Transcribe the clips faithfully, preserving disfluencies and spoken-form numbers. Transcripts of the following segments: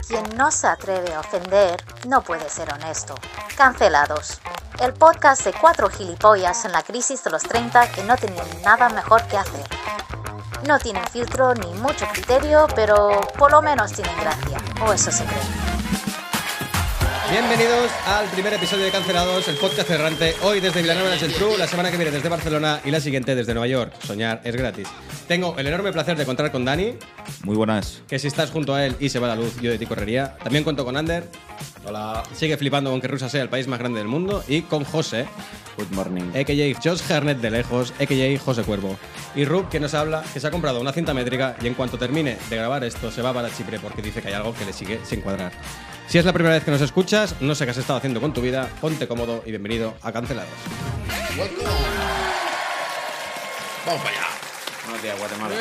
Quien no se atreve a ofender no puede ser honesto. Cancelados. El podcast de cuatro gilipollas en la crisis de los treinta que no tenían nada mejor que hacer. No tienen filtro ni mucho criterio, pero por lo menos tienen gracia. O eso se cree. Bienvenidos al primer episodio de Cancelados, el podcast errante. Hoy desde Vilanova del Geltrú, la semana que viene desde Barcelona y la siguiente desde Nueva York. Soñar es gratis. Tengo el enorme placer de contar con Dani. Muy buenas. Que si estás junto a él y se va la luz, yo de ti correría. También cuento con Ander. Hola. Sigue flipando con que Rusia sea el país más grande del mundo. Y con José. Good morning. A K A Josh Harnett de lejos, A K A José Cuervo. Y Rub, que nos habla, que se ha comprado una cinta métrica y en cuanto termine de grabar esto se va para Chipre porque dice que hay algo que le sigue sin cuadrar. Si es la primera vez que nos escuchas, no sé qué has estado haciendo con tu vida, ponte cómodo y bienvenido a Cancelados. Welcome. Vamos para allá. Buenos días, Guatemala.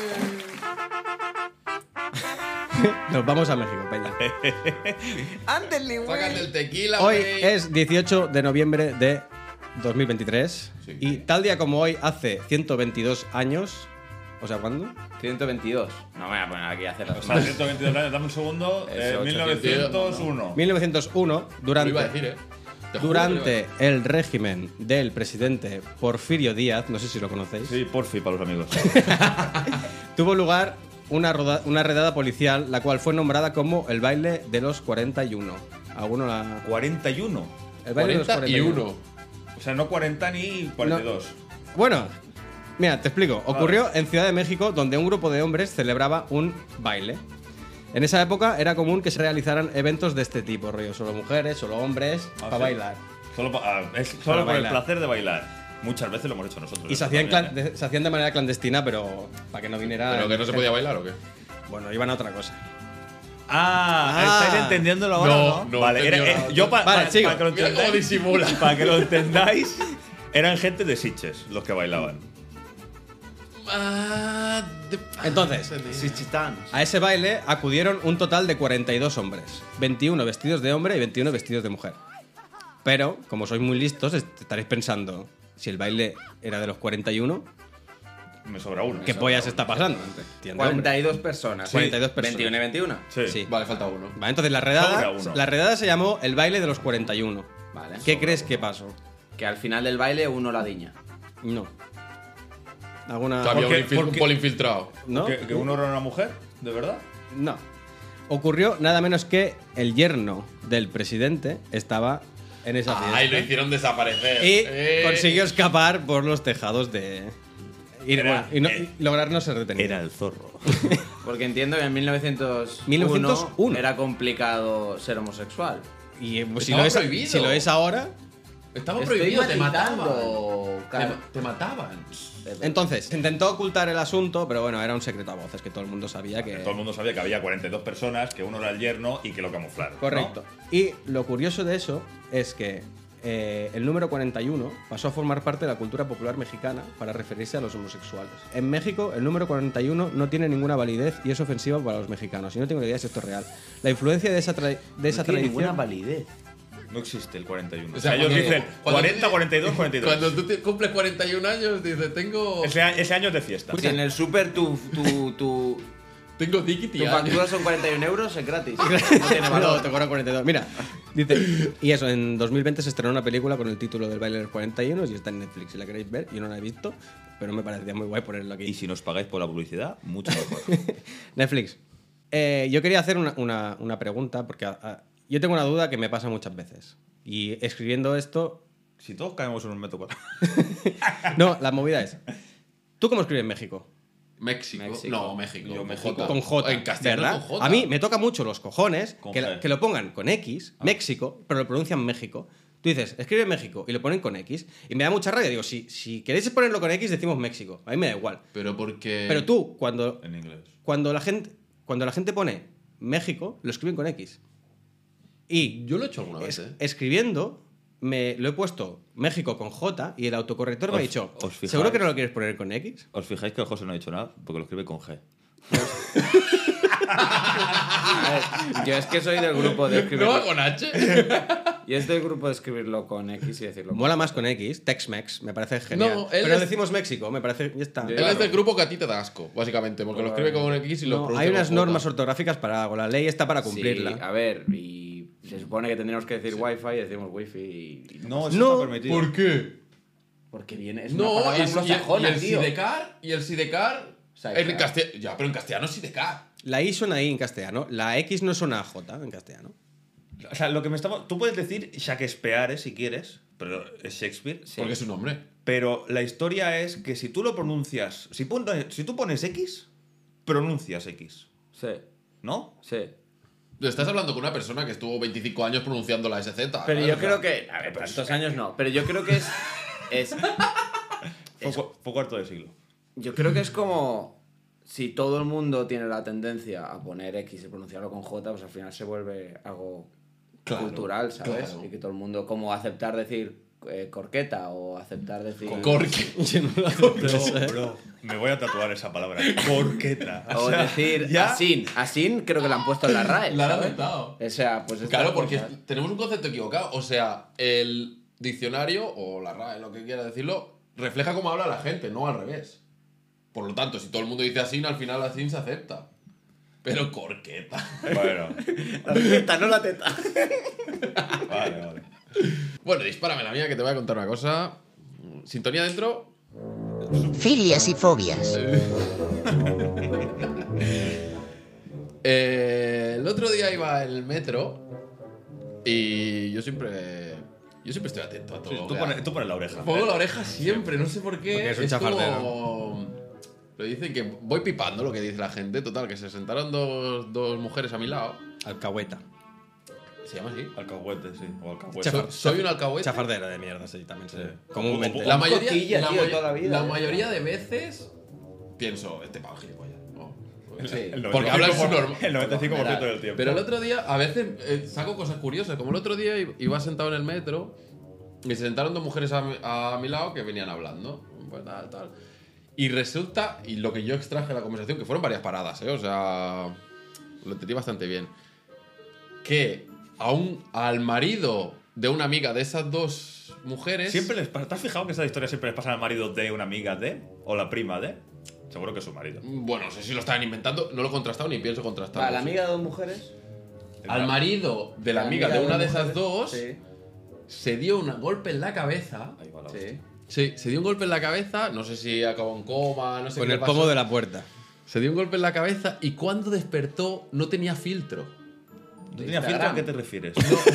Nos vamos a México, peña. Ándale, Sácate el tequila, Hoy güey. es dieciocho de noviembre de dos mil veintitrés Sí. y tal día como hoy, hace ciento veintidós años, o sea, ¿cuándo? ciento veintidós. No me voy a poner aquí a hacer las O sea, ciento veintidós años, dame un segundo. Eh, Eso, mil novecientos uno. mil novecientos uno, durante... Lo iba a decir, ¿eh? Te juro que Durante lo iba el régimen del presidente Porfirio Díaz, no sé si lo conocéis, Sí, porfi para los amigos. tuvo lugar una, roda- una redada policial, la cual fue nombrada como el baile de los cuarenta y uno. ¿Alguno la...? cuarenta y uno. El a baile de los cuarenta y uno. O sea, no cuarenta ni cuarenta y dos. Bueno, mira, te explico. Ocurrió en Ciudad de México, donde un grupo de hombres celebraba un baile. En esa época era común que se realizaran eventos de este tipo, rollo, solo mujeres, solo hombres, Ah, para sí. bailar. Solo, pa- ah, es Para solo por el bailar. placer de bailar. Muchas veces lo hemos hecho nosotros. Y se eso hacían, también, clan- de, se hacían de manera clandestina, pero para que no viniera... ¿Pero que no se podía bailar o qué? Bueno, iban a otra cosa. Ah, Ah. estáis entendiéndolo ahora, No, ¿no? no vale, he era- entendido eh, nada. yo pa- Vale, pa- sigo. para que lo Mira cómo entendáis, disimula. para que lo entendáis, eran gente de Sitges los que bailaban. Ah, de- Entonces, entendí. Chichitán. a ese baile acudieron un total de cuarenta y dos hombres. veintiuno vestidos de hombre y veintiuno vestidos de mujer. Pero, como sois muy listos, est- estaréis pensando, si el baile era de los cuarenta y uno, Me sobra uno. ¿qué pollas está pasando? Entiende, cuarenta y hombre. dos personas. cuarenta y dos personas. veintiuno y veintiuno. Sí. Sí. Vale, falta uno. Vale, entonces la Sobra redada, uno. la redada se llamó el baile de los cuarenta y uno. Vale. ¿Qué crees que pasó? Que al final del baile uno la diña. No. ¿Alguna...? Que había un, qué? infil- ¿Por un qué? poli infiltrado. ¿No? ¿Que, que uno era una mujer? ¿De verdad? No. Ocurrió nada menos que el yerno del presidente estaba en esa fiesta. Ay, lo hicieron desaparecer. Y Eh. consiguió escapar por los tejados de... Y, Era- bueno, y no- eh, y lograr no ser detenido. Era el zorro. Porque entiendo que en mil novecientos uno, mil novecientos uno. era complicado ser homosexual. Y eh, pues, si, Estaba lo es, prohibido. si lo es ahora... Estaba Estoy prohibido, te mataban. matizando, Te, Car- ma- te mataban. Entonces, se intentó ocultar el asunto, pero bueno, era un secreto a voces, que todo el mundo sabía que... Todo el mundo sabía que había cuarenta y dos personas, que uno era el yerno y que lo camuflaron. ¿no? Correcto. Y lo curioso de eso es que eh, el número cuarenta y uno pasó a formar parte de la cultura popular mexicana para referirse a los homosexuales. En México, el número cuarenta y uno no tiene ninguna validez y es ofensivo para los mexicanos. Y no tengo ni idea si esto es real. La influencia de esa, tra- de esa no tiene tradición... ninguna validez. No existe el cuarenta y uno. O O sea, sea, ellos cuando- dicen cuando- cuarenta, cuarenta y dos, cuarenta y dos. Cuando tú te cumples cuarenta y un años, dices, tengo. Ese, a- ese año es de fiesta. Si en el súper tu, tu, tu, Tengo diquiti tu años. factura son cuarenta y uno euros, es gratis. No tiene No, valor. te cobran cuarenta y dos. Mira, dice. Y eso, en dos mil veinte se estrenó una película con el título del baile de los cuarenta y uno y está en Netflix. Si la queréis ver, yo no la he visto, pero me parecía muy guay ponerlo aquí. Y si nos pagáis por la publicidad, mucho mejor. Netflix. Eh, yo quería hacer una, una- una pregunta, porque a- a- yo tengo una duda que me pasa muchas veces. Y escribiendo esto. Si todos caemos en un metro cuadrado. No, la movida es. ¿Tú cómo escribes en México? México. México. No, México. Yo con México. J. Con J. En castellano ¿verdad? con J. A mí me toca mucho los cojones Con que, G. la- que lo pongan con X, México, pero lo pronuncian México. Tú dices, escribe México y lo ponen con X. Y me da mucha rabia. Digo, si, si queréis ponerlo con X, decimos México. A mí me da igual. Pero porque. Pero tú, cuando, En inglés. cuando, la gente, cuando la gente pone México, lo escriben con X. Y Yo lo he hecho alguna vez, es- ¿eh? escribiendo, me lo he puesto México con J y el autocorrector me ha Os- dicho, os fijáis. ¿seguro que no lo quieres poner con X? ¿Os fijáis que el José no ha dicho nada? Porque lo escribe con G. A ver, yo es que soy del grupo de ¿No escribirlo. va con H? Yo es del grupo de escribirlo con X y decirlo con Mola más con X, Tex-Mex, me parece genial. No, él Pero es- decimos México, me parece. Ya está. Yo- Él Claro. es del grupo que a ti te da asco, básicamente, porque lo escribe con X y lo No, pronuncia hay con unas J. normas ortográficas para algo. La ley está para cumplirla. Sí, a ver, y se supone que tendríamos que decir wifi y decimos wifi y... y No, eso No, está permitido. ¿Por qué? Porque viene... Es No, una palabra y, el- y el- y anglosajona, el tío. sidecar, y el sidecar... Sidecar. En castellano, ya, pero en castellano es sidecar. La I suena I en castellano, la X no suena a J en castellano. O sea, lo que me estaba. Tú puedes decir Shakespeare si quieres, pero es Shakespeare. Sí. Porque es un nombre. Pero la historia es que si tú lo pronuncias. Si, pones, si tú pones X, pronuncias X. Sí, ¿No? sí. Estás hablando con una persona que estuvo veinticinco años pronunciando la S Z. Pero ¿sabes? yo O sea, creo que... A ver, tantos años no. Pero yo creo que es... es Fue, cu- fue cuarto de siglo. yo creo que es como... Si todo el mundo tiene la tendencia a poner X y pronunciarlo con J, pues al final se vuelve algo Claro, cultural, ¿sabes? claro. Y que todo el mundo... Como aceptar decir eh, corqueta o aceptar decir... Corque. Yo no lo hago. Bro, bro, me voy a tatuar esa palabra. Corqueta. O sea, decir ya- asin. Asin creo que la han puesto en la R A E. La han ¿sabes? aceptado. O sea, pues estas Claro, porque cosas. tenemos un concepto equivocado. O sea, el diccionario, o la R A E, lo que quiera decirlo, refleja cómo habla la gente, no al revés. Por lo tanto, si todo el mundo dice así, al final así se acepta. Pero corqueta. Bueno, La teta, no la teta. vale, vale. Bueno, dispárame la mía que te voy a contar una cosa. Sintonía dentro. Filias y fobias. Eh, el otro día iba en el metro y yo siempre. Yo siempre estoy atento a todo. Sí, lo tú, que pones, hago. tú pones la oreja. Pongo la oreja siempre, no sé por qué. Porque es un como- chafardero. Lo dicen que voy pipando lo que dice la gente. Total, que se sentaron dos, dos mujeres a mi lado. Alcahueta. Se llama así. Alcahuete, sí. O alcahuete. Chafa- Soy, soy un alcahuete. Chafardera de mierda, sí, también. Sí. Sí. Comúnmente. La mayoría, cotilla, la, tío, may- toda la vida, la eh. mayoría de veces pienso, este pavo gilipollas. ¿no? Sí. El Porque noventa y cinco hablan por- su norma. El noventa y cinco por ciento del tiempo. Pero el otro día, a veces eh, saco cosas curiosas. Como el otro día iba sentado en el metro y se sentaron dos mujeres a mi, a mi lado que venían hablando. Pues tal, tal. Y resulta, y lo que yo extraje de la conversación, que fueron varias paradas, ¿eh? O sea, lo entendí bastante bien. Que a un, al marido de una amiga de esas dos mujeres. Siempre les pasa. ¿Te has fijado que esa historia siempre les pasa al marido de una amiga de? ¿O la prima de? Seguro que es su marido. Bueno, no sé si lo estaban inventando, no lo he contrastado ni pienso contrastarlo. Vale, la amiga de dos mujeres. Al marido de la amiga de una de esas dos Sí. se dio un golpe en la cabeza. Ahí va la Sí. Sí, se dio un golpe en la cabeza, no sé si acabó en coma, no sé Con qué el le pasó. pomo de la puerta. Se dio un golpe en la cabeza y cuando despertó no tenía filtro. ¿No tenía filtro? ¿A qué te refieres?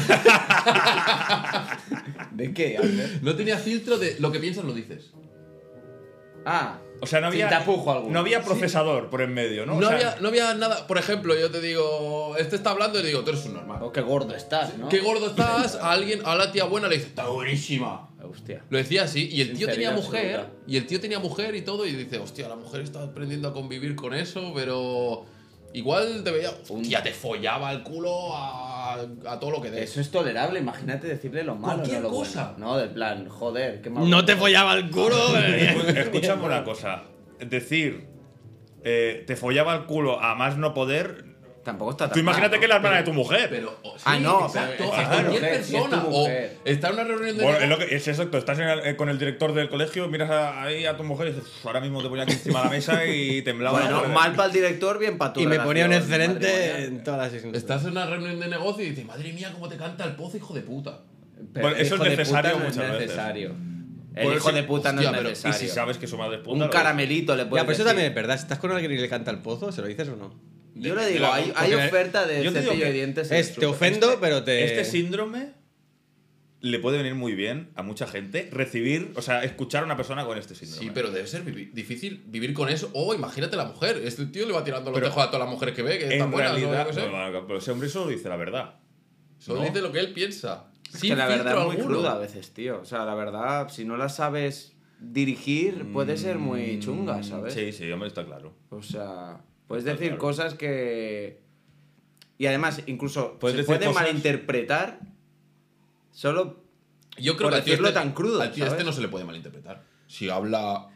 ¿De qué, Albert? No tenía filtro de lo que piensas lo dices. Ah. O sea, no había. Sin tapujo alguno. No había procesador por en medio, ¿no? No, O sea, había, no había nada. Por ejemplo, yo te digo, este está hablando y le digo, tú eres un normal. Oh, qué gordo estás, ¿no? Qué gordo estás, a alguien, a la tía buena le dice, está buenísima. Hostia. Lo decía así, y el tío tenía Sinceridad mujer, absoluta. y el tío tenía mujer y todo, y dice, hostia, la mujer está aprendiendo a convivir con eso, pero igual te veía, hostia, te follaba el culo a, a todo lo que des. Eso es tolerable, imagínate decirle lo malo, Cualquier no lo cosa. bueno. No, del plan, joder, qué mal. No te follaba el culo. Escúchame una cosa. Decir, eh, te follaba el culo a más no poder. Tampoco está tan Tú imagínate mal, que es la ¿no? hermana de tu mujer. Pero, oh, sí, Ah, no, exacto, pero- a es tu cualquier mujer, sí, es tu persona. O mujer. está en una reunión de... Bueno, es, lo que, es exacto. Estás en el- eh, con el director del colegio, miras a- ahí a tu mujer y dices, "Uf, ahora mismo te ponía aquí encima de la mesa y temblaba. Bueno, mal para el director, bien para tu Y me ponía un relación excelente matrimonial. en todas las sesiones. Estás en una reunión de negocio y dices, madre mía, cómo te canta el pozo, hijo de puta. Pero Bueno, eso hijo es de necesario puta no muchas es veces. necesario. El Pues hijo sí, de puta no hostia, es pero- y Y necesario. si sabes que su madre es puta. Un lo caramelito le puedes Ya, pero eso decir. también es verdad. Si estás con alguien y le canta el pozo, ¿se lo dices o no? Yo le digo, la- hay, hay porque oferta de yo te digo cepillo que de dientes. en Es, el te súper. ofendo, pero te... Este síndrome le puede venir muy bien a mucha gente recibir, o sea, escuchar a una persona con este síndrome. Sí, pero debe ser vivi- difícil vivir con eso. O imagínate la mujer. Este tío le va tirando los Pero tejos a todas las mujeres que ve, que están en buenas, o realidad, yo qué sé. no, no, pero ese hombre solo dice la verdad. Solo ¿no? dice lo que él piensa. Es sin que la verdad filtro es muy alguno. cruda a veces, tío. O sea, la verdad, si no la sabes dirigir, puede ser muy chunga, ¿sabes? Sí, sí, hombre, está claro. O sea, puedes Está decir claro. cosas que... Y además, incluso Puedes se decir puede cosas- malinterpretar solo... Yo creo por que al tío decirlo este- tan crudo, Al tío ¿sabes? este no se le puede malinterpretar. Si habla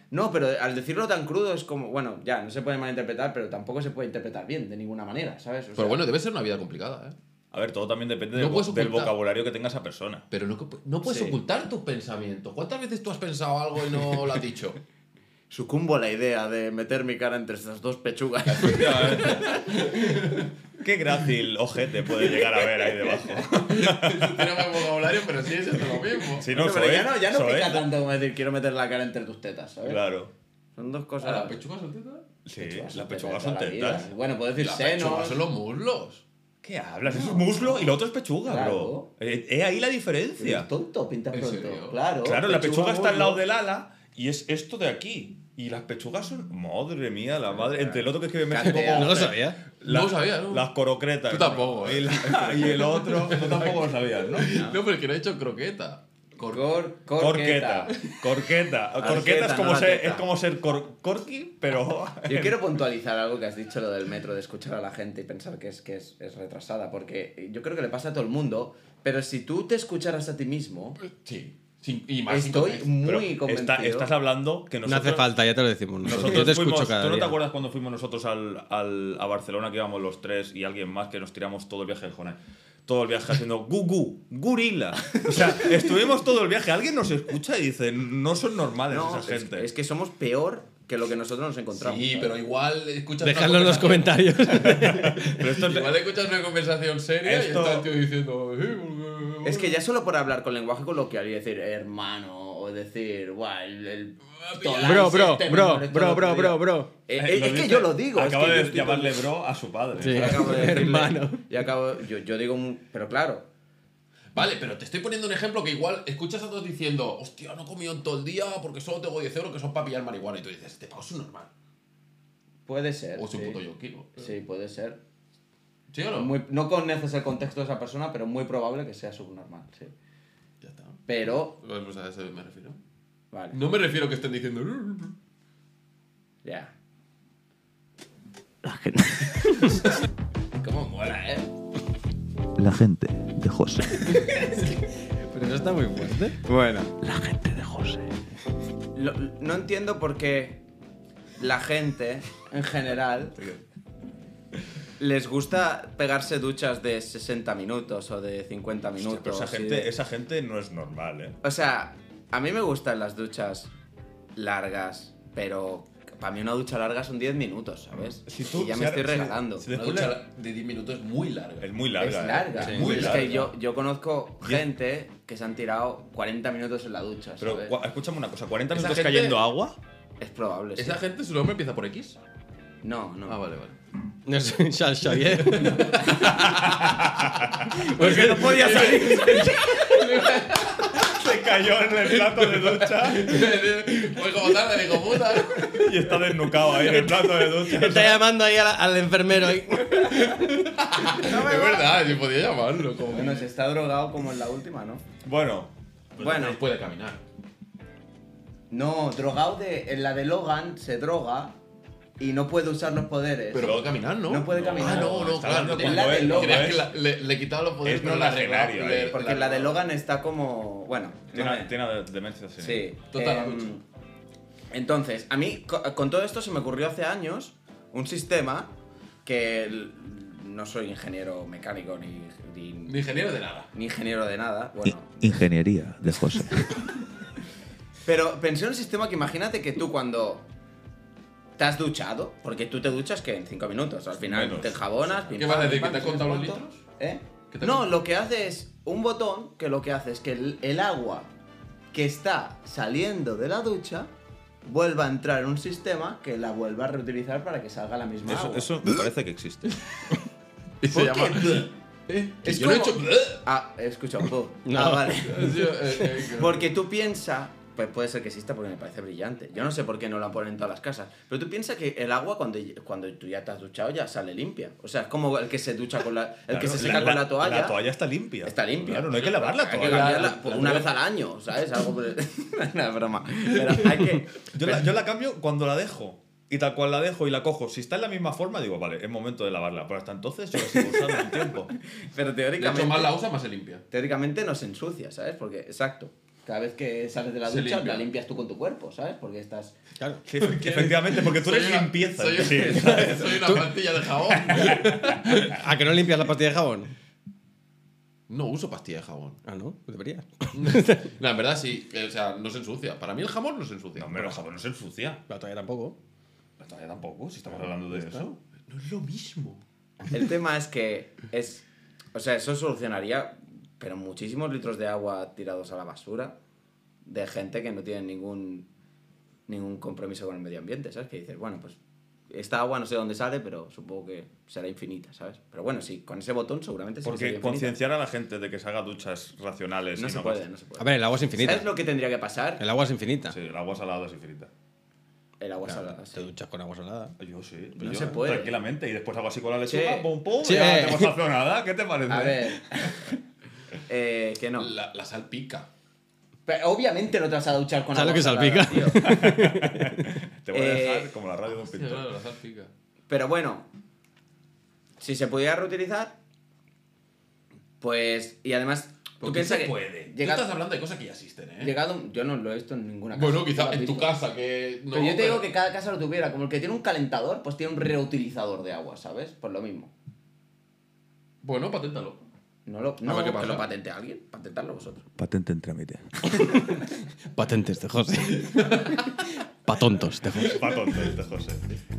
No, pero al decirlo tan crudo es como, bueno, ya, no se puede malinterpretar, pero tampoco se puede interpretar bien, de ninguna manera, ¿sabes? O sea, Pero bueno, debe ser una vida complicada, ¿eh? A ver, todo también depende No del, puedes del ocultar. vocabulario que tenga esa persona. Pero no, no puedes Sí. ocultar tus pensamientos. ¿Cuántas veces tú has pensado algo y no lo has dicho? sucumbo a la idea de meter mi cara entre estas dos pechugas. Qué grácil ojete puede llegar a ver ahí debajo. Eso tiene más vocabulario, pero sí es lo mismo. Si no, Bueno, pero soy, ya no, ya no soy. pica tanto como decir quiero meter la cara entre tus tetas, ¿sabes? Claro. Son dos ¿A cosas. ¿La pechuga son tetas? Sí, Pechugas las son pechugas tetas son de la vida. tetas. Bueno, puedo decir La senos. pechuga son los muslos. ¿Qué hablas? Eso es muslo y lo otro es pechuga, Claro. bro. Eh, ¿Es ahí la Eres diferencia? tonto, pintas ¿En pronto. serio? Claro. Claro, la pechuga está al lado muslo. del ala y es esto de aquí. Y las pechugas son... Madre mía, la madre... Entre el otro que es que me México... Catea. como- No lo sabía. La- No lo sabía, ¿no? Las corocretas. Tú ¿no? tampoco, ¿eh? Y, la- y el otro... Tú tampoco lo sabías, ¿no? No, pero es que no he hecho croqueta. Cor- Cor, Corqueta. corqueta. Corqueta. Arqueta, Corqueta es como no la ser, teta. es como ser cor- corky, pero... Yo quiero puntualizar algo que has dicho, lo del metro, de escuchar a la gente y pensar que es, que es, es retrasada, porque yo creo que le pasa a todo el mundo, pero si tú te escucharas a ti mismo, Sí. Sin- y más sin estoy contexto. muy pero convencido. está- estás hablando que No nosotros... hace falta, ya te lo decimos nosotros. Nosotros Yo te escucho fuimos, cada ¿Tú no te día. acuerdas cuando fuimos nosotros al, al- a Barcelona, que íbamos los tres y alguien más, que nos tiramos todo el viaje, joder, todo el viaje haciendo gugu, gorila? O sea, estuvimos todo el viaje. Alguien nos escucha y dice, no son normales No, esa es, gente. es que somos peor que lo que nosotros nos encontramos. Sí, pero igual escuchas. Dejadlo en una los conversación- comentarios. Pero esto es- Igual escuchas una conversación seria Esto- y está el tío diciendo. "Eh, porque- Es que ya solo por hablar con lenguaje coloquial y decir hermano o decir, guau, el, el Tolais Bro, bro, este me bro, molestó bro, el bro, otro día". bro, bro. Eh, Eh, eh, lo es que dice- yo lo digo. Acaba es que de yo estoy llamarle con- bro a su padre. Sí. Yo acabo de decirle- Hermano. y acabo, yo, yo digo, un- pero claro, Vale, pero te estoy poniendo un ejemplo que igual escuchas a todos diciendo, hostia, no he comido en todo el día porque solo tengo diez euros que son para pillar marihuana. Y tú dices, este pago es un normal. puede ser. O es un sí. puto yonquino. Sí, puede ser. ¿Sí o no? Muy- no conoces el contexto de esa persona, pero muy probable que sea subnormal, sí. Ya está. Pero, Pues a eso me refiero. vale, No me refiero que estén diciendo. ya. La gente... ¿Cómo mola, eh? La gente de José. Pero eso está muy fuerte. Bueno. La gente de José. Lo- no entiendo por qué la gente, en general, les gusta pegarse duchas de sesenta minutos o de cincuenta Hostia, minutos. pero esa y gente, de- esa gente no es normal, ¿eh? O sea, a mí me gustan las duchas largas, pero para mí una ducha larga son diez minutos, ¿sabes? Si tú- y ya si me ahora- estoy si- regalando. si Una después ducha le- de diez minutos es muy larga. Es muy larga. es ¿eh? larga. Sí, es muy larga. que yo, yo conozco gente que se han tirado cuarenta minutos en la ducha, Pero ¿sabes? cua- escúchame una cosa, ¿cuarenta Esa minutos gente- cayendo agua? Es probable, sí. Esa gente su nombre empieza por X. No, no. Ah, vale, vale. No soy Charles Xavier. Porque no podía salir. Se cayó en el plato de ducha Pues como tarde, digo, puta. y está desnucado ahí en el plato de ducha. Está llamando ahí al, al enfermero. ahí. Es verdad, yo podía llamarlo. Como... Bueno, si está drogado como en la última, ¿no? Bueno, Bueno. No puede caminar. No, drogado de. En la de Logan se droga y no puede usar los poderes. Pero puede caminar, ¿no? No puede caminar. Ah, no, no, Está claro. hablando No cuando tenía- es- creía cuando que es- la- le, le quitaba los poderes, es pero la arreglaba. nonagenario le- ahí. Porque la- la de Logan está como. Bueno. tiene, no me- tiene demencia senil. Sí. Total, em, la ducha. entonces, a mí, co- con todo esto se me ocurrió hace años un sistema que l- no soy ingeniero mecánico ni, ni, Ni ingeniero de nada. ni ingeniero de nada. I- Bueno. Ingeniería de José. Pero pensé en un sistema que imagínate que tú cuando te has duchado, porque tú te duchas que en cinco minutos, al final Menos. te enjabonas. pim, ¿Qué pam, vas a pim, decir? pam, ¿Que te no has sé contado los cuánto. litros? ¿Eh? ¿Qué te No, has- lo que hace es un botón que lo que hace es que el, el agua que está saliendo de la ducha vuelva a entrar en un sistema que la vuelva a reutilizar para que salga la misma Eso, agua. eso me parece que existe. Y se ¿Por llama. qué? ¿Eh? Que Es yo no he como- hecho. Ah, he escuchado. bu. No. Ah, vale. Sí, eh, eh, que- Porque tú piensas, pues puede ser que exista porque me parece brillante. Yo no sé por qué no la ponen en todas las casas. Pero tú piensas que el agua cuando, cuando tú ya te has duchado ya sale limpia. O sea, es como el que se ducha con la. El que Claro, se seca con la toalla. La toalla está limpia. Está limpia. Claro, no hay que lavar la Hay que toalla. cambiarla La- pues, la una toalla. vez al año, ¿sabes? Algo por el... No, es broma. Pero hay que. Yo la, yo la cambio cuando la dejo. Y tal cual la dejo y la cojo. Si está en la misma forma, digo, vale, es momento de lavarla. Pero hasta entonces yo la sigo usando un tiempo. Pero De hecho, teóricamente. más la usa, más se limpia. Teóricamente no se ensucia, ¿sabes? Porque, exacto. Cada vez que sales de la Se ducha, limpia. la limpias tú con tu cuerpo, ¿sabes? Porque estás... Claro. Sí, efectivamente, porque tú Soy eres una- limpieza. Soy, sí. soy una plantilla de jabón. ¿A que no limpias la pastilla de jabón? No uso pastilla de jabón. Ah, no, pues debería. No, en verdad sí. que, O sea, no se ensucia. Para mí el jamón no se ensucia. No, hombre, el jabón no se ensucia. La toalla tampoco. La toalla tampoco, si estamos hablando de eso. No es lo mismo. El tema es que es... O sea, eso solucionaría, pero muchísimos litros de agua tirados a la basura de gente que no tiene ningún ningún compromiso con el medio ambiente, ¿sabes? Que dices, bueno, pues esta agua no sé dónde sale, pero supongo que será infinita, ¿sabes? Pero bueno, sí, con ese botón seguramente sí que Porque sería infinita. concienciar a la gente de que se haga duchas racionales. No y se no puede, gas- no se puede. A ver, el agua es infinita. ¿Sabes lo que tendría que pasar? El agua es infinita. Sí, el agua salada es infinita. El agua Claro, salada. te sí. duchas con agua salada. Yo sí. No yo, se puede. Tranquilamente. Y después hago así con la lechuga, Sí. pum, pum, Sí. y ya no te pasa nada. ¿Qué te parece? A ver... eh, que no. La, la sal pica. Pero obviamente no te vas a duchar con ¿Sabes agua lo que salada, salpica? tío. Te voy a dejar Eh, como la radio de un Sí, pintor. claro, la sal pica. Pero bueno, si se pudiera reutilizar, pues... Y además, tú ¿Por qué piensas se que... puede? Tú llega- estás hablando de cosas que ya existen, ¿eh? llegado, yo no lo he visto en ninguna casa. Bueno, ¿Tú quizá lo has en tu visto? casa, que. No, Pero yo te digo que cada casa lo tuviera. Como el que tiene un calentador, pues tiene un reutilizador de agua, ¿sabes? Pues lo mismo. Bueno, paténtalo. No, lo, no ver qué que pasa. lo patente alguien. Patentarlo vosotros. Patente en trámite. Patentes de José. Patontos de José. Pa' tonto este José.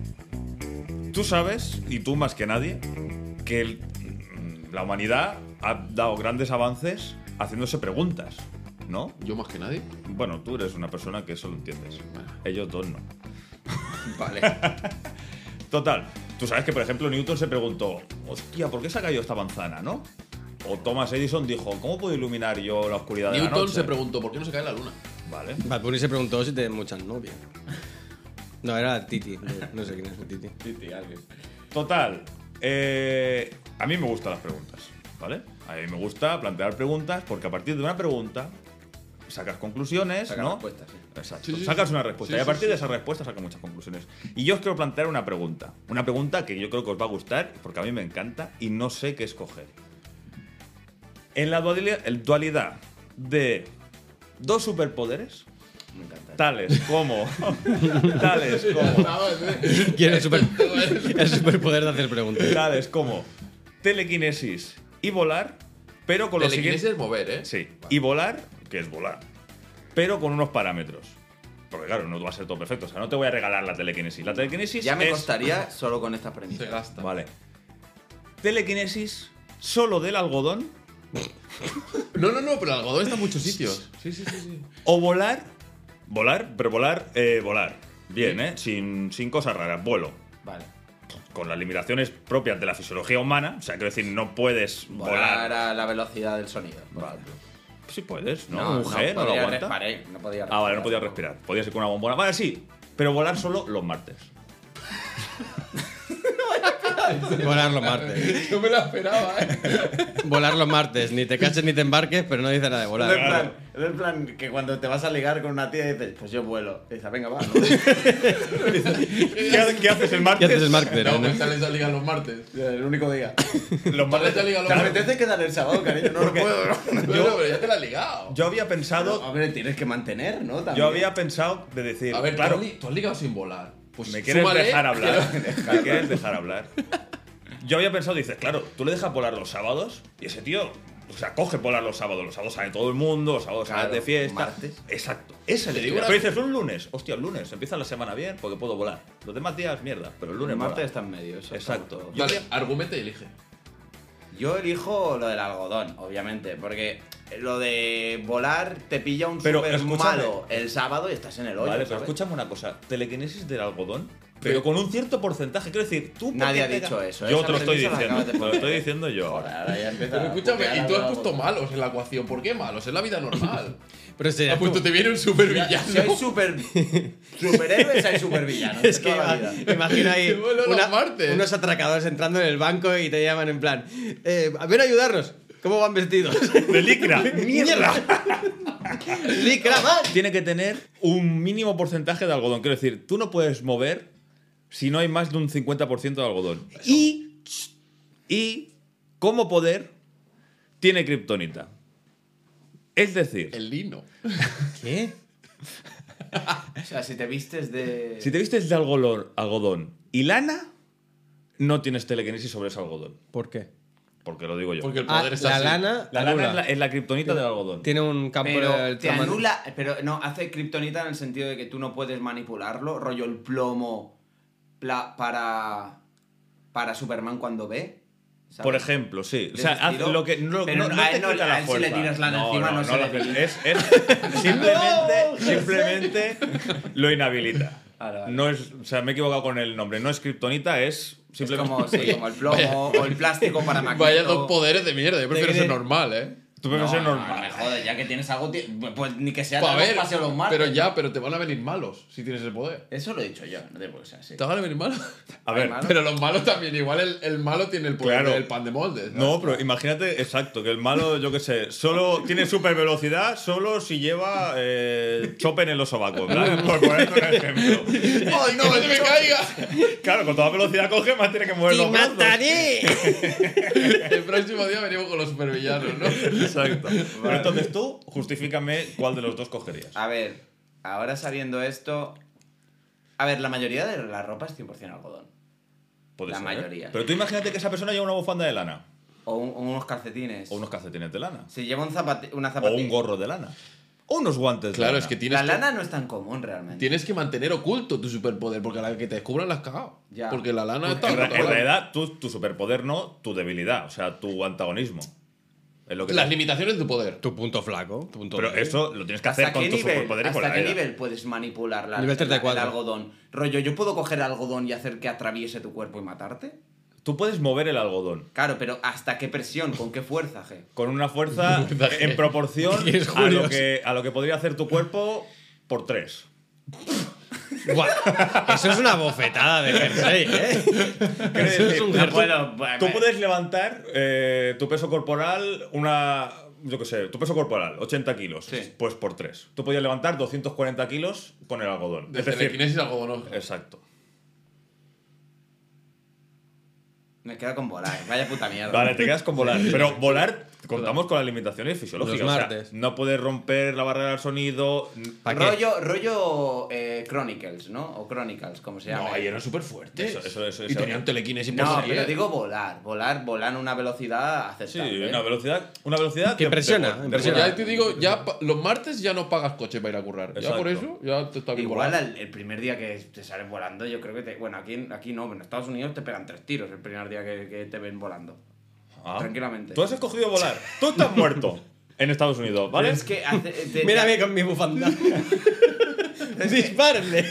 Tú sabes, y tú más que nadie, que el- mm, la humanidad ha dado grandes avances haciéndose preguntas, ¿no? Yo más que nadie. Bueno, tú eres una persona que eso lo entiendes. Ellos dos no. Vale. Total, tú sabes que, por ejemplo, Newton se preguntó, hostia, ¿por qué se ha caído esta manzana, no? O Thomas Edison dijo, ¿cómo puedo iluminar yo la oscuridad de la Newton noche? se preguntó por qué no se cae la luna. Vale. Bad Bunny se preguntó si tienes muchas novias. No, era Titi. No, no sé quién es Titi. Sí, alguien. Total, eh, a mí me gustan las preguntas, ¿vale? A mí me gusta plantear preguntas porque a partir de una pregunta sacas conclusiones, Sacar ¿no? respuestas, sí. Exacto. Sí, sí, sacas sí. una respuesta Sí, y a sí, partir sí. de esa respuesta sacas muchas conclusiones. Y yo os quiero plantear una pregunta. Una pregunta que yo creo que os va a gustar porque a mí me encanta y no sé qué escoger. En la dualidad, el dualidad de dos superpoderes, Me encanta. tales como... tales como... Quiere el, super, el superpoder de hacer preguntas. tales como telequinesis y volar, pero con los Telequinesis siguientes... es mover, ¿eh? Sí, y volar, que es volar, pero con unos parámetros. Porque claro, no va a ser todo perfecto, o sea, no te voy a regalar la telequinesis. La telequinesis Ya me es... costaría solo con esta Se premisa. gasta. Vale. Telequinesis solo del algodón No, no, no, pero el algodón está en muchos sitios. Sí, sí, sí, sí. o volar, volar, pero volar, eh, volar. Bien, ¿eh? Sin, sin cosas raras, vuelo. Vale. Con las limitaciones propias de la fisiología humana, o sea, quiero decir, no puedes volar. Volar a la velocidad del sonido. por Vale. ejemplo. Sí puedes, ¿no? Un G no lo podía aguanta. respirar, no podía Ah, vale, no podía respirar. Podía ser con una bombona. Vale, sí, pero volar solo los martes. Volar los martes. Yo me la esperaba, ¿eh? Volar los martes. Ni te caches ni te embarques, pero no dice nada de Es volar. del plan, es del plan que cuando te vas a ligar con una tía dices, pues yo vuelo. Y dices, venga, va. ¿no? ¿Qué, qué haces el ¿Qué martes? haces el martes? No, no? pues sales a ligar los martes. El único día. Los Sales martes. a ligar los ¿Te martes. apetece quedar el sábado, cariño? No lo Porque- puedo, ¿no? Bueno, pero ya te la has ligado. Yo había pensado, A ver, tienes que mantener, ¿no? También. yo había pensado de decir, A ver, claro, tú, has li- tú has ligado sin volar. Pues me quieres súmale dejar hablar, que me quieres dejar hablar. Yo había pensado, dices, claro, tú le dejas volar los sábados y ese tío, o sea, coge volar los sábados. Los sábados sale todo el mundo, los sábados Claro, sales de fiesta. martes. Exacto, esa es Te la digo idea. una- Pero dices, un lunes, hostia, el lunes, empieza la semana bien porque puedo volar. Los demás días, mierda, pero el El lunes martes mola. está en medio. Eso Exacto. está todo. Vale, argumenta y elige. Yo elijo lo del algodón, obviamente, porque lo de volar te pilla un Pero super escúchame. malo el sábado y estás en el hoyo. Vale, pero ¿sabes? escúchame una cosa, telequinesis del algodón, pero con un cierto porcentaje. Quiero decir, tú. ¿por Nadie qué ha pega- dicho eso, Yo esa te lo estoy premisa la diciendo. acabas de Te lo poner. estoy diciendo yo. Joder, ahora ya empieza Pero a escúchame, putear y a tú has la puesto boca. malos en la ecuación. ¿Por qué malos? Es la vida normal. Pero sería Has puesto, como- te viene un supervillano. Si hay super superhéroes, hay supervillanos. Es de que toda la ima- vida. imagino ahí Que vuelo los una- martes. unos atracadores entrando en el banco y te llaman en plan, eh, ven a ayudarnos. ¿Cómo van vestidos? De licra. ¡Mierda! ¡Licra más! Tiene que tener un mínimo porcentaje de algodón. Quiero decir, tú no puedes mover si no hay más de un cincuenta por ciento de algodón. Y, y como poder, tiene kriptonita. Es decir, El lino. ¿Qué? O sea, si te vistes de... si te vistes de algodón, algodón y lana, no tienes telequinesis sobre ese algodón. ¿Por qué? Porque lo digo yo. Porque el Ah, poder está la así. lana, La lana es la, es la kriptonita del algodón. tiene un campo Pero de te anula... Pero no, hace kriptonita en el sentido de que tú no puedes manipularlo, rollo el plomo pla- para... para Superman cuando ve. ¿sabes? Por ejemplo, sí. O ¿De sea, ese haz estilo? lo que no, Pero no, a no él te no- quita a la él si le fuerza. tiras lana encima, no se la le hace. debilita. es, es simplemente, simplemente lo inhabilita. Vale, vale. No es, o sea, me he equivocado con el nombre. No es kriptonita, es Es simplemente. como, sí, como el plomo o el plástico para maquillar. Vaya dos poderes de mierda. Yo prefiero ser normal, ¿eh? Tú prefieres ser No, normal. no me jodas, ya que tienes algo, ti- pues ni que sea Pues a algo ver, pase los malos. pero ya, pero te van a venir malos si tienes el poder. Eso lo he dicho yo, no te puedo ser así. ¿Te van a venir malos? A ver, malo. Pero los malos también. Igual el, el malo tiene el poder Claro. del pan de molde. no, pero imagínate, exacto, que el malo, yo qué sé, solo tiene super velocidad solo si lleva eh, chopen en los sobacos, ¿verdad? Por ponerte un ejemplo. ¡Ay, no, que se me caiga! Claro, con toda velocidad coge, más tiene que mover los brazos. El próximo día venimos con los supervillanos, ¿no? Exacto. Pero entonces tú, justifícame cuál de los dos cogerías. A ver, ahora sabiendo esto... A ver, la mayoría de la ropa es cien por cien algodón. Puede La ser, ¿eh? mayoría. Pero tú imagínate que esa persona lleva una bufanda de lana, O, un- o unos calcetines. o unos calcetines de lana, Si lleva un zapati- una o zapatilla... un gorro de lana, o unos guantes de Claro, lana. es que tienes La que, lana no es tan común realmente. tienes que mantener oculto tu superpoder, porque a la que te descubran la has cagado. Ya. Porque la lana está... En, re- en realidad, tú- tu superpoder no, tu debilidad, o sea, tu antagonismo. Es lo que Las te- limitaciones de tu poder. Tu punto flaco. Tu punto Pero débil. eso lo tienes que ¿Hasta hacer con qué tu nivel, superpoder y con hasta la qué vida. nivel puedes manipular la, Nivel la- treinta y cuatro. el algodón? Rollo, ¿yo puedo coger algodón y hacer que atraviese tu cuerpo y matarte? Tú puedes mover el algodón Claro, pero ¿hasta qué presión? ¿Con qué fuerza, G? con una fuerza en proporción ¿Quién es a Julio? lo, que, a lo que podría hacer tu cuerpo por tres. Buah, eso es una bofetada de jersey, ¿eh? Quiero Eso es decir, un tú- jersey. Bueno, bueno, Tú puedes levantar eh, tu peso corporal, una. Yo qué sé, tu peso corporal, ochenta kilos. Sí. Pues por tres. Tú podías levantar doscientos cuarenta kilos con el algodón. De es decir, telequinesis algodón. exacto. Me quedo con volar. Vaya puta mierda. Vale, te quedas con volar. Pero volar, contamos con las limitaciones fisiológicas. Los o sea, martes. no puedes romper la barrera del sonido. ¿Pa' qué? Rollo, rollo eh, Chronicles, ¿no? O Chronicles, como se llama. No, y eran súper fuertes. Eso- eso- eso- y eso- tenían telequinesis por No, doquier. pero digo volar. Volar, volar a una velocidad Sí, aceptable. una velocidad. Una velocidad Que impresiona, de- de- impresiona. Ya te digo, ya pa- los martes ya no pagas coche para ir a currar. Ya por Exacto. eso, ya te está bien Igual volado. al- el primer día que te sales volando, yo creo que te. Bueno, aquí, aquí no, en Estados Unidos te pegan tres tiros el primer día que, que te ven volando. Ah. Tranquilamente. Tú has escogido volar. Tú estás muerto en Estados Unidos, ¿vale? Pero es que. hace- te- Mírame te- con mi bufanda. Dispárenle.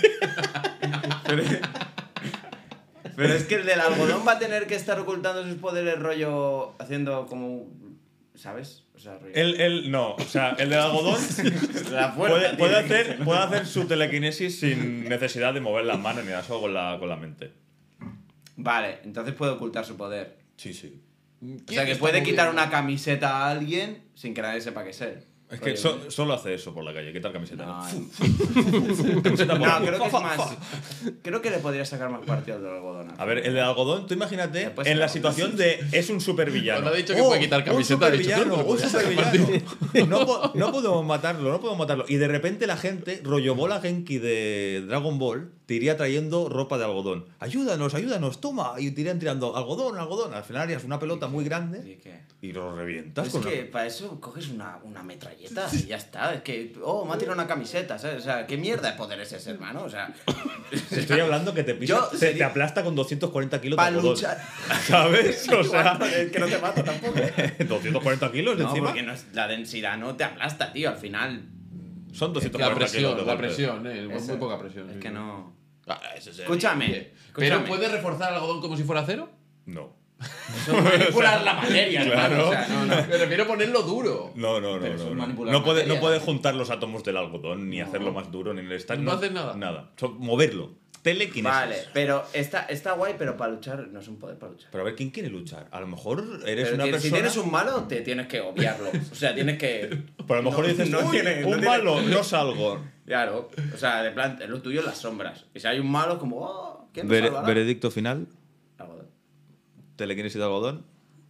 Pero es que el del algodón va a tener que estar ocultando sus poderes, rollo. Haciendo como. ¿Sabes? O sea, rollo. El, el, no, o sea, el del algodón La fuerza, puede, puede tiene que hacer, ser. puede hacer su telequinesis sin necesidad de mover las manos ni nada, solo con la, con la mente. Vale, entonces puede ocultar su poder. Sí, sí. O sea, que puede quitar una camiseta a alguien sin que nadie sepa qué es él. Es que Rollo, so- solo hace eso por la calle, quitar camiseta. No, ¿no? Camiseta por- no, creo que es fa, fa, más. fa. Creo que le podría sacar más partido al del algodón. A ver, el de algodón, tú imagínate Después en la se- situación de es un supervillano. Cuando ha dicho que puede quitar camiseta, un ha dicho, supervillano, creo que un le podía supervillano. No, po- no podemos matarlo, no podemos matarlo. Y de repente la gente, rollo bola Genki de Dragon Ball, te iría trayendo ropa de algodón. Ayúdanos, ayúdanos, toma. Y te irían tirando algodón, algodón. Al final harías una pelota muy grande Sí, que... y lo revientas Es con que una- para eso coges una, una metralleta y ya está. Es que, oh, me ha tirado una camiseta, ¿sabes? O sea, ¿qué mierda de poder es ese, hermano? O sea, Te estoy hablando que te pisa, Yo te, sería- te aplasta con doscientos cuarenta kilos de para algodón. luchar. ¿Sabes? O sea, es que no te mato tampoco. doscientos cuarenta kilos No, encima. porque no es- la densidad no te aplasta, tío. Al final. Son doscientos La cuarenta kilos presión, de la golpe. presión, eh. Eso. Muy poca presión. Es sí, que sí. no. Ah, eso se Escúchame, ríe. escúchame. ¿Pero puede reforzar el algodón como si fuera acero? No. Eso es manipular la materia, hermano. O sea, no, no. Me refiero a ponerlo duro. No, no, no. Pero eso no, es no. manipular No puede, no materia. puede juntar los átomos del algodón, ni No. hacerlo más duro, ni el estar. No haces nada. Nada. So- moverlo. Telequinesis. Vale, pero está, está guay, pero para luchar no es un poder para luchar. Pero a ver, ¿quién quiere luchar? A lo mejor eres Pero una que- persona. si tienes un malo, te tienes que obviarlo. O sea, tienes que. Pero a lo mejor No, dices, no "Uy, tiene- no un tiene- malo, no salgo. Claro. O sea, de plan, es lo tuyo en las sombras. Y si hay un malo, es como, oh, ¿quién nos Vere- salvará? veredicto final. Algodón. Telequinesis de algodón.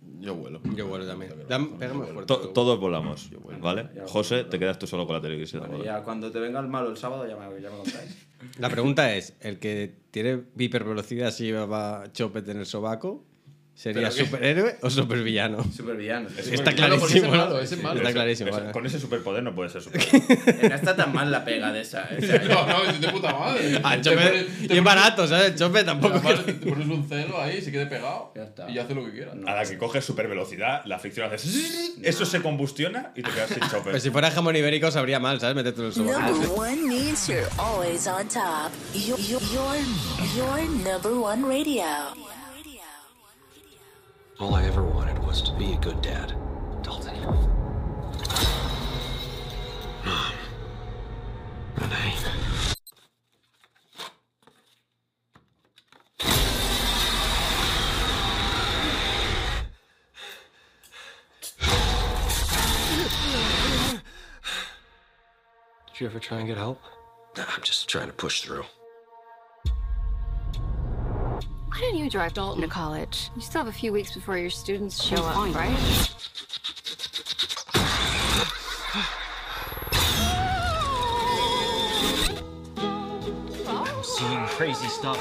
Yo vuelo. Yo vuelo también. Dam- pégame fuerte. To- todos volamos, ¿vale? José, te quedas tú solo con la televisión. Bueno, ¿vale? ya cuando te venga el malo el sábado ya me, ya me contáis. La pregunta es, ¿el que tiene hipervelocidad si lleva chopet en el sobaco sería ¿Pero qué? superhéroe o supervillano? Supervillano. Es Está Claro, porque ese clarísimo. es ¿no? malo, ese es malo. Está clarísimo. Ese- vale. Con ese superpoder no puede ser superhéroe. No está tan mal la pega de esa. ¿eh? O sea, No, no, es de puta madre. Ah, el Te chopet- pones- te y es pones- barato, ¿sabes? El chopet te tampoco. pones- Te pones un celo ahí, se quede pegado Ya está. y hace lo que quiera. A la que coges super velocidad, la fricción hace. Eso se combustiona y te quedas sin chopper. Pues si fuera jamón ibérico sabría mal, ¿sabes? Métete en el sobaco. Number one means you're always on top. Your, your, your, your number one radio. All I ever wanted was to be a good dad. Dalton. Mom. Renee. Did you ever try and get help? Nah, I'm just trying to push through. Why didn't you drive Dalton to college? You still have a few weeks before your students show up, right? I'm seeing crazy stuff.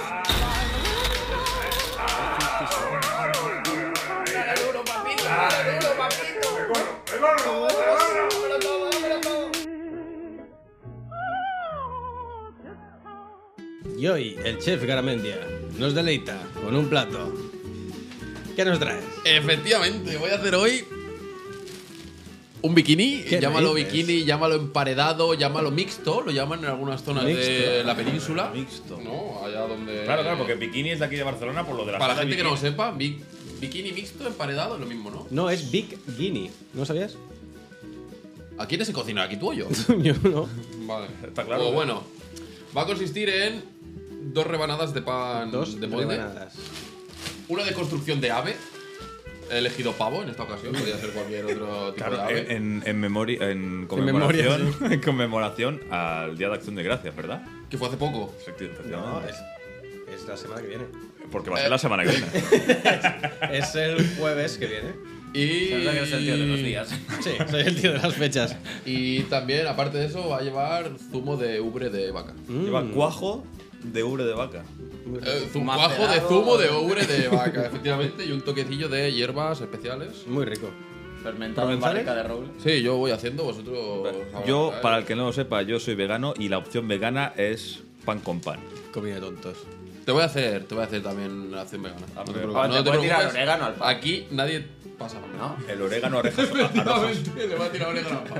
Y hoy el chef Garamendia nos deleita con un plato. ¿Qué nos traes? Efectivamente, voy a hacer hoy un bikini. ¿Qué Llámalo dices? bikini, llámalo emparedado, llámalo mixto. Lo llaman en algunas zonas de Mixto. la península. Mixto. No, allá donde. Claro, claro, porque bikini es de aquí de Barcelona por lo de la Para la sala gente que no lo bikini. sepa, bi- bikini mixto, emparedado es lo mismo, ¿no? No, es Big Guinea. ¿No sabías? ¿A quién se cocina? ¿Aquí tú o yo? Yo no. Vale. Está claro, O ¿eh? bueno, va a consistir en dos rebanadas de pan Dos de molde. rebanadas. Una de construcción de ave. He elegido pavo en esta ocasión, podría ser cualquier otro tipo Claro, de ave. en, en, en, memoria, en memoria, conmemoración, en conmemoración al Día de Acción de Gracias, ¿verdad? Que fue hace poco. Efecti- No, Efectivamente. es, es la semana que viene. Porque va a ser la semana que viene. Es el jueves que viene. Y. Es verdad que eres el tío de los días. Sí, soy el tío de las fechas. Y también, aparte de eso, va a llevar zumo de ubre de vaca. Lleva cuajo de ubre de vaca. Eh, zum- Macerado. cuajo de zumo de ubre de vaca, efectivamente, y un toquecillo de hierbas especiales. Muy rico. Fermentado en ¿Provenzales? barrica de roble. Sí, yo voy haciendo, vosotros. sabrán, Yo, ¿eh? para el que no lo sepa, yo soy vegano y la opción vegana es pan con pan. Comida de tontos. Te voy a hacer, te voy a hacer también la acción vegana. No te Hombre, preocupes, ah, no te te puede tirar preocupes. orégano al pan. Aquí nadie pasa hambre. ¿No? El orégano arejas arrojas. Efectivamente, le va a tirar orégano al pan.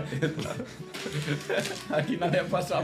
Aquí nadie ha pasado.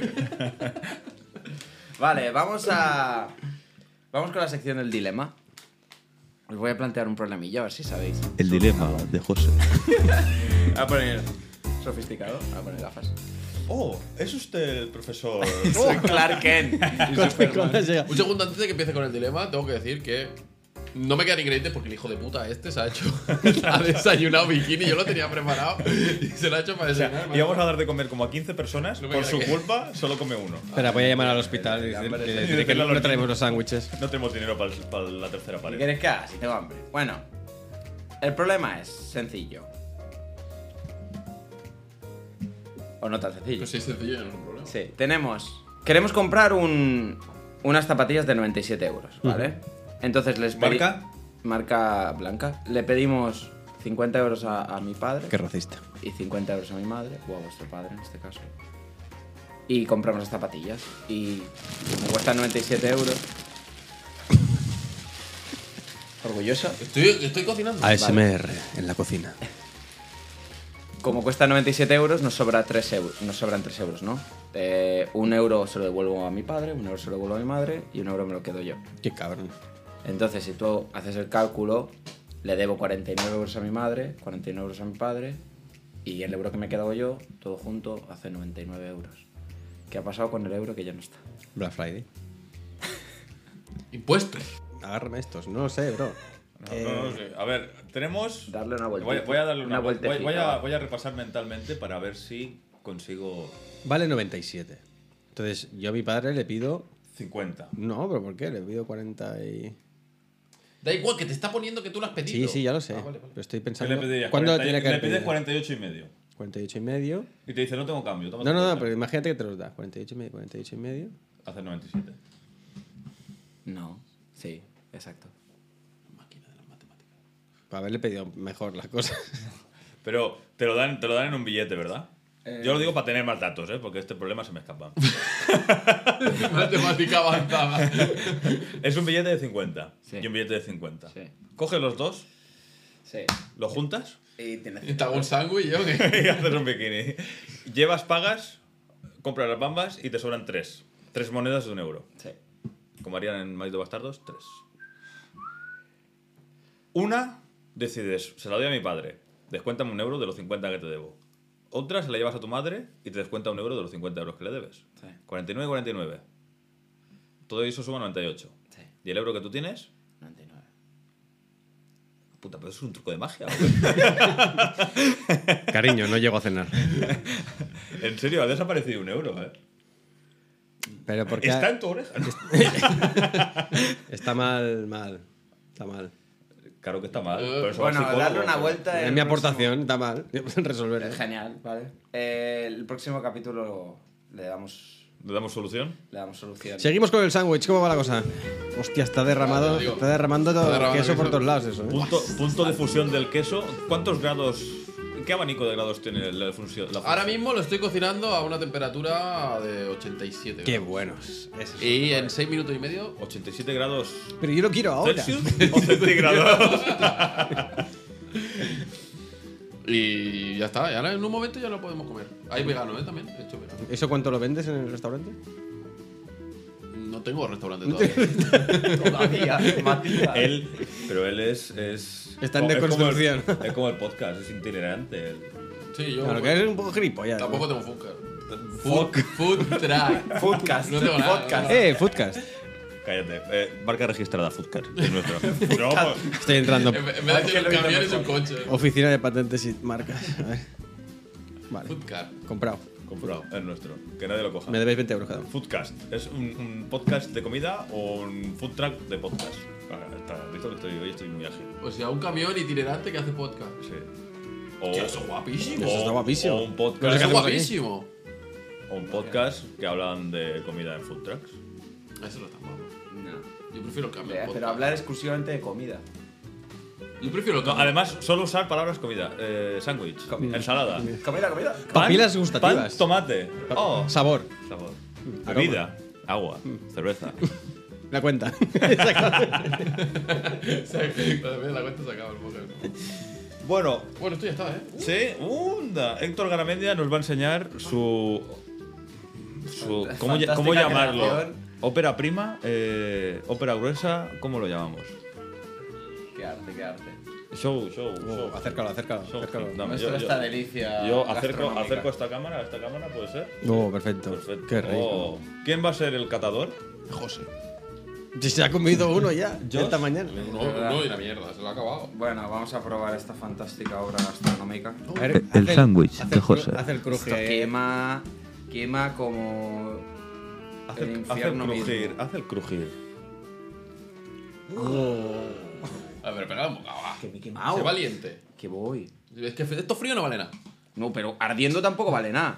Vale, vamos a. Vamos con la sección del dilema. Os voy a plantear un problemilla, a ver si sabéis. El dilema de José. Voy a poner sofisticado, voy a poner gafas. Oh, ¿es usted el profesor? Soy Clark Kent. y Superman. ¿Cómo llega? Un segundo antes de que empiece con el dilema, tengo que decir que no me quedan ingredientes porque el hijo de puta este se ha hecho. ha desayunado bikini, yo lo tenía preparado y se lo ha hecho para O sea, desayunar. íbamos a dar de comer como a quince personas, No me por queda su que- culpa solo come uno. Espera, voy a llamar al hospital y decir- y decirle que no, no traemos los sándwiches. No tenemos dinero para, el- para la tercera ¿Qué pared. quieres que haga? Si tengo hambre. Bueno, el problema es sencillo. O no tan sencillo. Pues sí, es sencillo, no es un problema. Sí, tenemos. Queremos comprar un, unas zapatillas de noventa y siete euros, ¿vale? Entonces les pedi- ¿Marca? Marca blanca. Le pedimos cincuenta euros a, a mi padre Qué racista. y cincuenta euros a mi madre, o a vuestro padre en este caso. Y compramos las zapatillas. Y me cuestan noventa y siete euros. ¿Orgulloso? Estoy, estoy cocinando. A S M R en la cocina. Como cuesta noventa y siete euros, nos, sobra tres euros, nos sobran tres euros, ¿no? Eh, un euro se lo devuelvo a mi padre, un euro se lo devuelvo a mi madre y un euro me lo quedo yo. Qué cabrón. Entonces, si tú haces el cálculo, le debo cuarenta y nueve euros a mi madre, cuarenta y nueve euros a mi padre y el euro que me he quedado yo, todo junto, hace noventa y nueve euros. ¿Qué ha pasado con el euro que ya no está? Black Friday. Impuestos. Agárrame estos. No lo sé, bro. No, no, no sé. A ver, tenemos. Darle una vuelta. Voy, voy a darle una, vuelta. Voy, voy a, vueltecita. voy a repasar mentalmente para ver si consigo Vale noventa y siete. Entonces, yo a mi padre le pido. cincuenta. No, pero ¿por qué? Le pido cuarenta y. Da igual, que te está poniendo que tú lo has pedido. Sí, sí, ya lo sé. Ah, vale, vale. Pero estoy ¿Qué pensando. le pedirías? ¿Cuándo cuarenta tiene que le haber pides pedido? cuarenta y ocho y medio. cuarenta y ocho y medio. Y te dice, no tengo cambio. Toma No, tu no, no, cuenta. pero imagínate que te los da. cuarenta y ocho y medio, cuarenta y ocho y medio. Hace noventa y siete. No, sí, exacto. Máquina de las matemáticas. Para haberle pedido mejor las cosas. Pero te lo dan, te lo dan en un billete, ¿verdad? Eh, Yo lo digo para tener más datos, ¿eh? Porque este problema se me escapa. Matemática avanzada. Es un billete de cincuenta Sí. y un billete de cincuenta. Sí. Coges los dos, Sí. los juntas Y tienes... ¿Y te hago un sándwich yo qué? y haces un bikini. Llevas, pagas, compras las bambas y te sobran tres. Tres monedas de un euro. Sí. Como harían en Malditos Bastardos, tres. Una, decides, se la doy a mi padre. Descuéntame un euro de los cincuenta que te debo. Otra, se la llevas a tu madre y te descuenta un euro de los cincuenta euros que le debes. Sí. cuarenta y nueve, cuarenta y nueve. Todo eso suma noventa y ocho. Sí. ¿Y el euro que tú tienes? noventa y nueve. Puta, pero eso es un truco de magia. Cariño, no llego a cenar. En serio, ha desaparecido un euro, ¿eh? Pero porque Está en tu oreja. está mal, mal. Está mal. Claro que está mal. Pero eso va Bueno, al psicólogo, darle una pero- vuelta... Es el mi próximo- aportación, está mal. Resolver. Eh, Genial, vale. Eh, el próximo capítulo le damos, ¿Le damos solución? le damos solución. Seguimos con el sándwich, ¿cómo va la cosa? Hostia, está derramado, Vale, digo. está derramando todo Está derramando queso por queso. todos lados eso, ¿eh? Punto, punto de fusión del queso. ¿Cuántos grados? ¿Qué abanico de grados tiene la fusión? La Ahora fusión? mismo lo estoy cocinando a una temperatura de ochenta y siete Qué grados. buenos. Eso sí. Y en seis minutos y medio. ochenta y siete grados Pero yo lo quiero ahora. Celsius o centígrados. Y ya está. Y ahora en un momento ya lo podemos comer. Hay vegano, ¿eh? También. He hecho vegano. ¿Eso cuánto lo vendes en el restaurante? No tengo restaurante todavía. Todavía, Matías. Él, pero él es. es Está en es como el- deconstrucción. Es como el podcast, es itinerante. él. Sí, yo. Claro, que eres un poco gilipollas. ¿no? Tampoco tengo food car. Food, food track. Foodcast. No tengo nada. Podcast. Eh, Foodcast. Cállate. Eh, marca registrada, Foodcast. Es nuestro. No, pues, Estoy entrando. En vez en vez de ser un camión es un coche. Oficina de patentes y marcas. A ver. Vale, Food car. comprado. comprado, es nuestro. Que nadie lo coja. Me debéis veinte euros cada uno. Foodcast. ¿Es un, un podcast de comida o un food truck de podcast? Ah, está listo que estoy, hoy estoy muy ágil. O sea, un camión itinerante que hace podcast. Sí. O, Tío, eso es guapísimo. Eso está guapísimo. O un No podcast, sé Eso qué es hacemos aquí. guapísimo. o un podcast que hablan de comida en food trucks. Eso no está guapo. No. Yo prefiero el camión. Pero podcast. hablar exclusivamente de comida. Yo prefiero el No, camión. además, solo usar palabras comida. Eh, sándwich, ensalada, Comida, comida. pan- Papilas gustativas. pan, tomate. Oh, Sabor. sabor. aroma. Bebida, agua, cerveza. La cuenta. Cuando me da la cuenta se acaba el podcast. Bueno, Bueno, esto ya está, ¿eh? sí, unda. Héctor Garamendia nos va a enseñar su. su ¿cómo, ll- cómo Fantástica llamarlo? creación. ¿Ópera prima? Eh, ¿Ópera gruesa? ¿Cómo lo llamamos? Qué arte, qué arte. Show, show, show. Oh, acércalo, acércalo. Show. acércalo. Dame, Nuestra yo- yo- esta delicia. Yo acerco, gastronómica. acerco esta cámara, esta cámara puede ser. Oh, perfecto. Perfecto. Qué rico. Oh, ¿quién va a ser el catador? José. Si se ha comido uno ya. Esta mañana. No, no, y la mierda, se lo ha acabado. Bueno, vamos a probar esta fantástica obra gastronómica. A ver, El haz sándwich haz de el cru- José. Haz el cruje. Esto quema, quema como Haz el el, haz el infierno crujir, mismo. haz el crujir. A ver, pega un bocado, va. Que me he quemado. Sé valiente. Que voy. Es que esto frío no vale nada. No, pero ardiendo tampoco vale nada.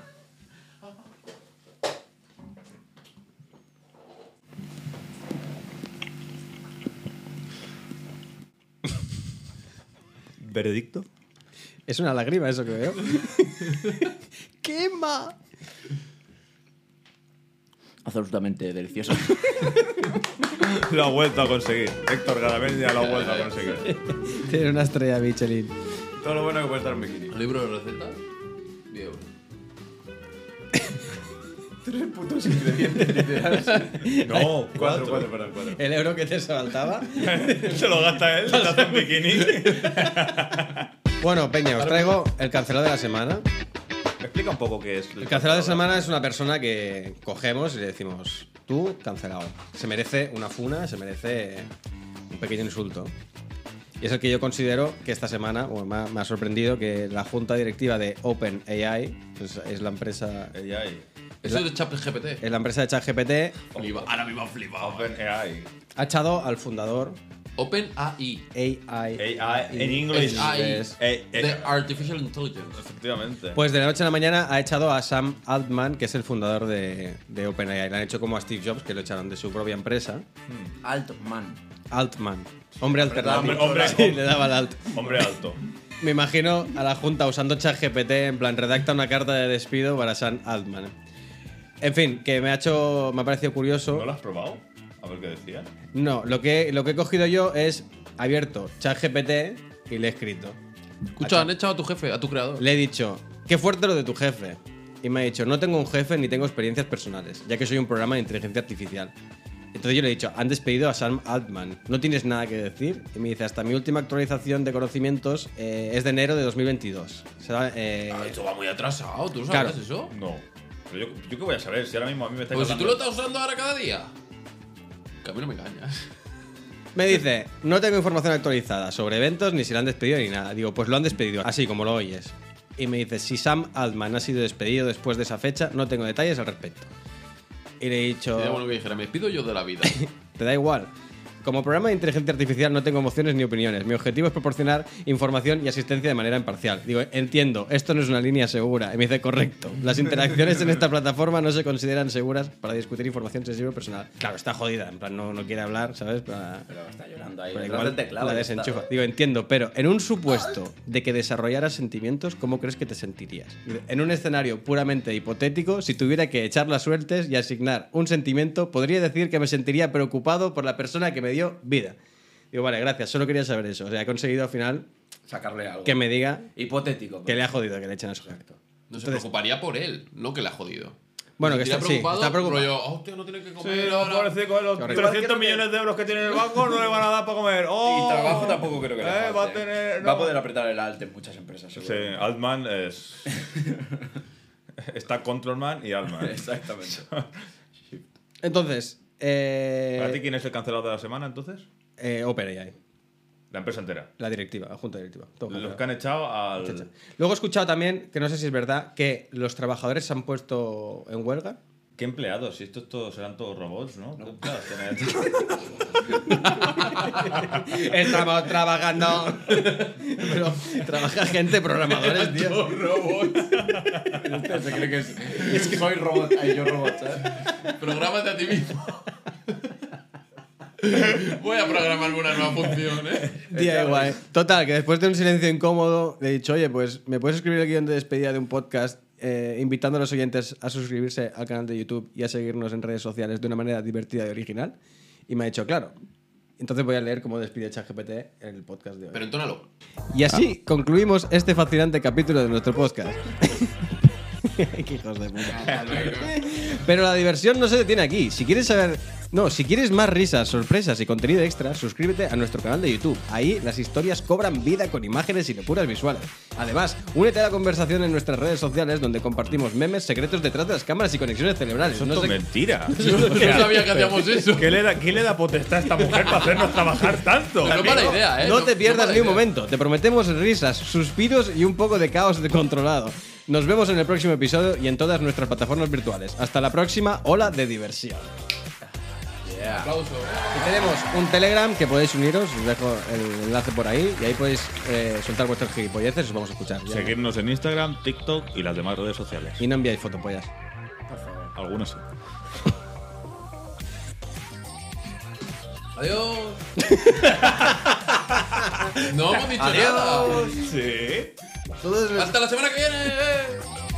¿Veredicto? Es una lágrima eso que veo. ¡Quema! Absolutamente delicioso. Lo ha vuelto a conseguir. Héctor Garamendia lo ha vuelto a conseguir. Tiene una estrella Michelin. Todo lo bueno que puede estar en bikini. El libro de recetas. diez euros. Tres putos ingredientes literales. No, cuatro, Cuatro, cuatro, perdón, cuatro. El euro que te saltaba. Se lo gasta él, se hace un bikini. Bueno, Peña, os traigo el cancelado de la semana. Explica un poco qué es. El cancelado de la semana es una persona que cogemos y le decimos, tú, cancelado. Se merece una funa, se merece un pequeño insulto. Y es el que yo considero que esta semana, bueno, me, ha, me ha sorprendido que la junta directiva de OpenAI, pues es la empresa, Ella ahí. Eso es de ChatGPT. es la empresa de ChatGPT, Flipa. Ahora mismo ha flipado. OpenAI. ha echado al fundador OpenAI. A I. A I en inglés. A I. Es- Eh, eh, De Artificial Intelligence. Efectivamente. Pues de la noche a la mañana ha echado a Sam Altman, que es el fundador de, de OpenAI. Le han hecho como a Steve Jobs, que lo echaron de su propia empresa. Altman. Altman. Hombre alternativo. Hombre- hombre- Sí, le daba el alt. Hombre alto. Me imagino a la Junta usando ChatGPT, en plan, redacta una carta de despido para Sam Altman. En fin, que me ha hecho. Me ha parecido curioso. ¿No lo has probado? A ver qué decía. No, lo que, lo que he cogido yo es abierto ChatGPT y le he escrito. Escucha, han echado a tu jefe, a tu creador. Le he dicho, qué fuerte lo de tu jefe. Y me ha dicho, no tengo un jefe ni tengo experiencias personales, ya que soy un programa de inteligencia artificial. Entonces yo le he dicho, han despedido a Sam Altman, ¿no tienes nada que decir? Y me dice, hasta mi última actualización de conocimientos eh, es de enero de dos mil veintidós. O sea, eh, Ah, esto va muy atrasado, ¿tú sabes Claro. eso? No. Pero yo, yo qué voy a saber si ahora mismo a mí me estáis Pues si tú hablando- lo estás usando ahora cada día. Que a mí no me engañas. me dice, no tengo información actualizada sobre eventos, ni si lo han despedido ni nada. Digo, pues lo han despedido, así como lo oyes. Y me dice, si Sam Altman ha sido despedido después de esa fecha, no tengo detalles al respecto. Y le he dicho... Sería bueno que dijera, me despido yo de la vida. Te da igual. Como programa de inteligencia artificial no tengo emociones ni opiniones. Mi objetivo es proporcionar información y asistencia de manera imparcial. Digo, entiendo, esto no es una línea segura. Y me dice, correcto. Las interacciones en esta plataforma no se consideran seguras para discutir información sensible o personal. Claro, está jodida. En plan, no, no quiere hablar, ¿sabes? Para- Pero está llorando ahí. pero detrás igual del teclado, la ya desenchufa. está. Digo, entiendo, pero en un supuesto de que desarrollaras sentimientos, ¿cómo crees que te sentirías? Digo, en un escenario puramente hipotético, si tuviera que echar las suertes y asignar un sentimiento, podría decir que me sentiría preocupado por la persona que me dio vida. Digo, vale, gracias, solo quería saber eso. O sea, he conseguido al final Sacarle algo. que me diga Hipotético. que le ha jodido que le echen a su jefe. No se preocuparía por él, no que le ha jodido. Bueno, Se que sentiría está, sí, preocupado, está preocupado. rollo, "Ah, hostia, no tiene que Sí, comer no, ahora". pobrecito, los Correcto. trescientos millones de euros que tiene en el banco no le van a dar para comer. ¡Oh! Y trabajo tampoco creo que le Eh, falte. va a tener- Va a no. poder apretar el alt en muchas empresas, Sí, seguro. Altman es. Está Controlman y Altman. Exactamente. Entonces, eh, ¿Para ti quién es el cancelado de la semana entonces? eh, OpenAI, La empresa entera. la directiva, la junta directiva. todo Los cancelado. que han echado al. Luego he escuchado también, que no sé si es verdad, que los trabajadores se han puesto en huelga. ¿Qué empleados? Si estos todos serán todos robots, ¿no? ¿Qué empleados tenéis? Estamos trabajando. Pero trabaja gente, programadores, tío. Se cree que es, es que soy robot. Ay, yo robot, ¿sabes? Prográmate a ti mismo. Voy a programarme una nueva función, ¿eh? D I Y. Total, que después de un silencio incómodo le he dicho, oye, pues me puedes escribir el guión de despedida de un podcast eh, invitando a los oyentes a suscribirse al canal de YouTube y a seguirnos en redes sociales de una manera divertida y original. Y me ha dicho, claro. Entonces voy a leer cómo despide ChatGPT el podcast de hoy. Pero entónalo. Y así concluimos este fascinante capítulo de nuestro podcast. Qué hijos de puta. Pero la diversión no se detiene aquí. Si quieres saber... No, si quieres más risas, sorpresas y contenido extra, suscríbete a nuestro canal de YouTube. Ahí las historias cobran vida con imágenes y locuras visuales. Además, únete a la conversación en nuestras redes sociales donde compartimos memes, secretos detrás de las cámaras y conexiones cerebrales. Eso No es sé- mentira. No sabía que hacíamos eso. ¿Qué le, da, ¿Qué le da potestad a esta mujer para hacernos trabajar tanto? No mala idea, ¿eh? No te pierdas mala ni un idea. momento. Te prometemos risas, suspiros y un poco de caos controlado. Nos vemos en el próximo episodio y en todas nuestras plataformas virtuales. Hasta la próxima ola de diversión. Aplauso. Y tenemos un Telegram que podéis uniros. Os dejo el enlace por ahí y ahí podéis eh, soltar vuestros gilipolleces y os vamos a escuchar. Ya. Seguirnos en Instagram, TikTok y las demás redes sociales. Y no enviáis fotopollas. Algunos sí. Adiós. No hemos dicho nada. Sí. Todos Hasta la semana que viene.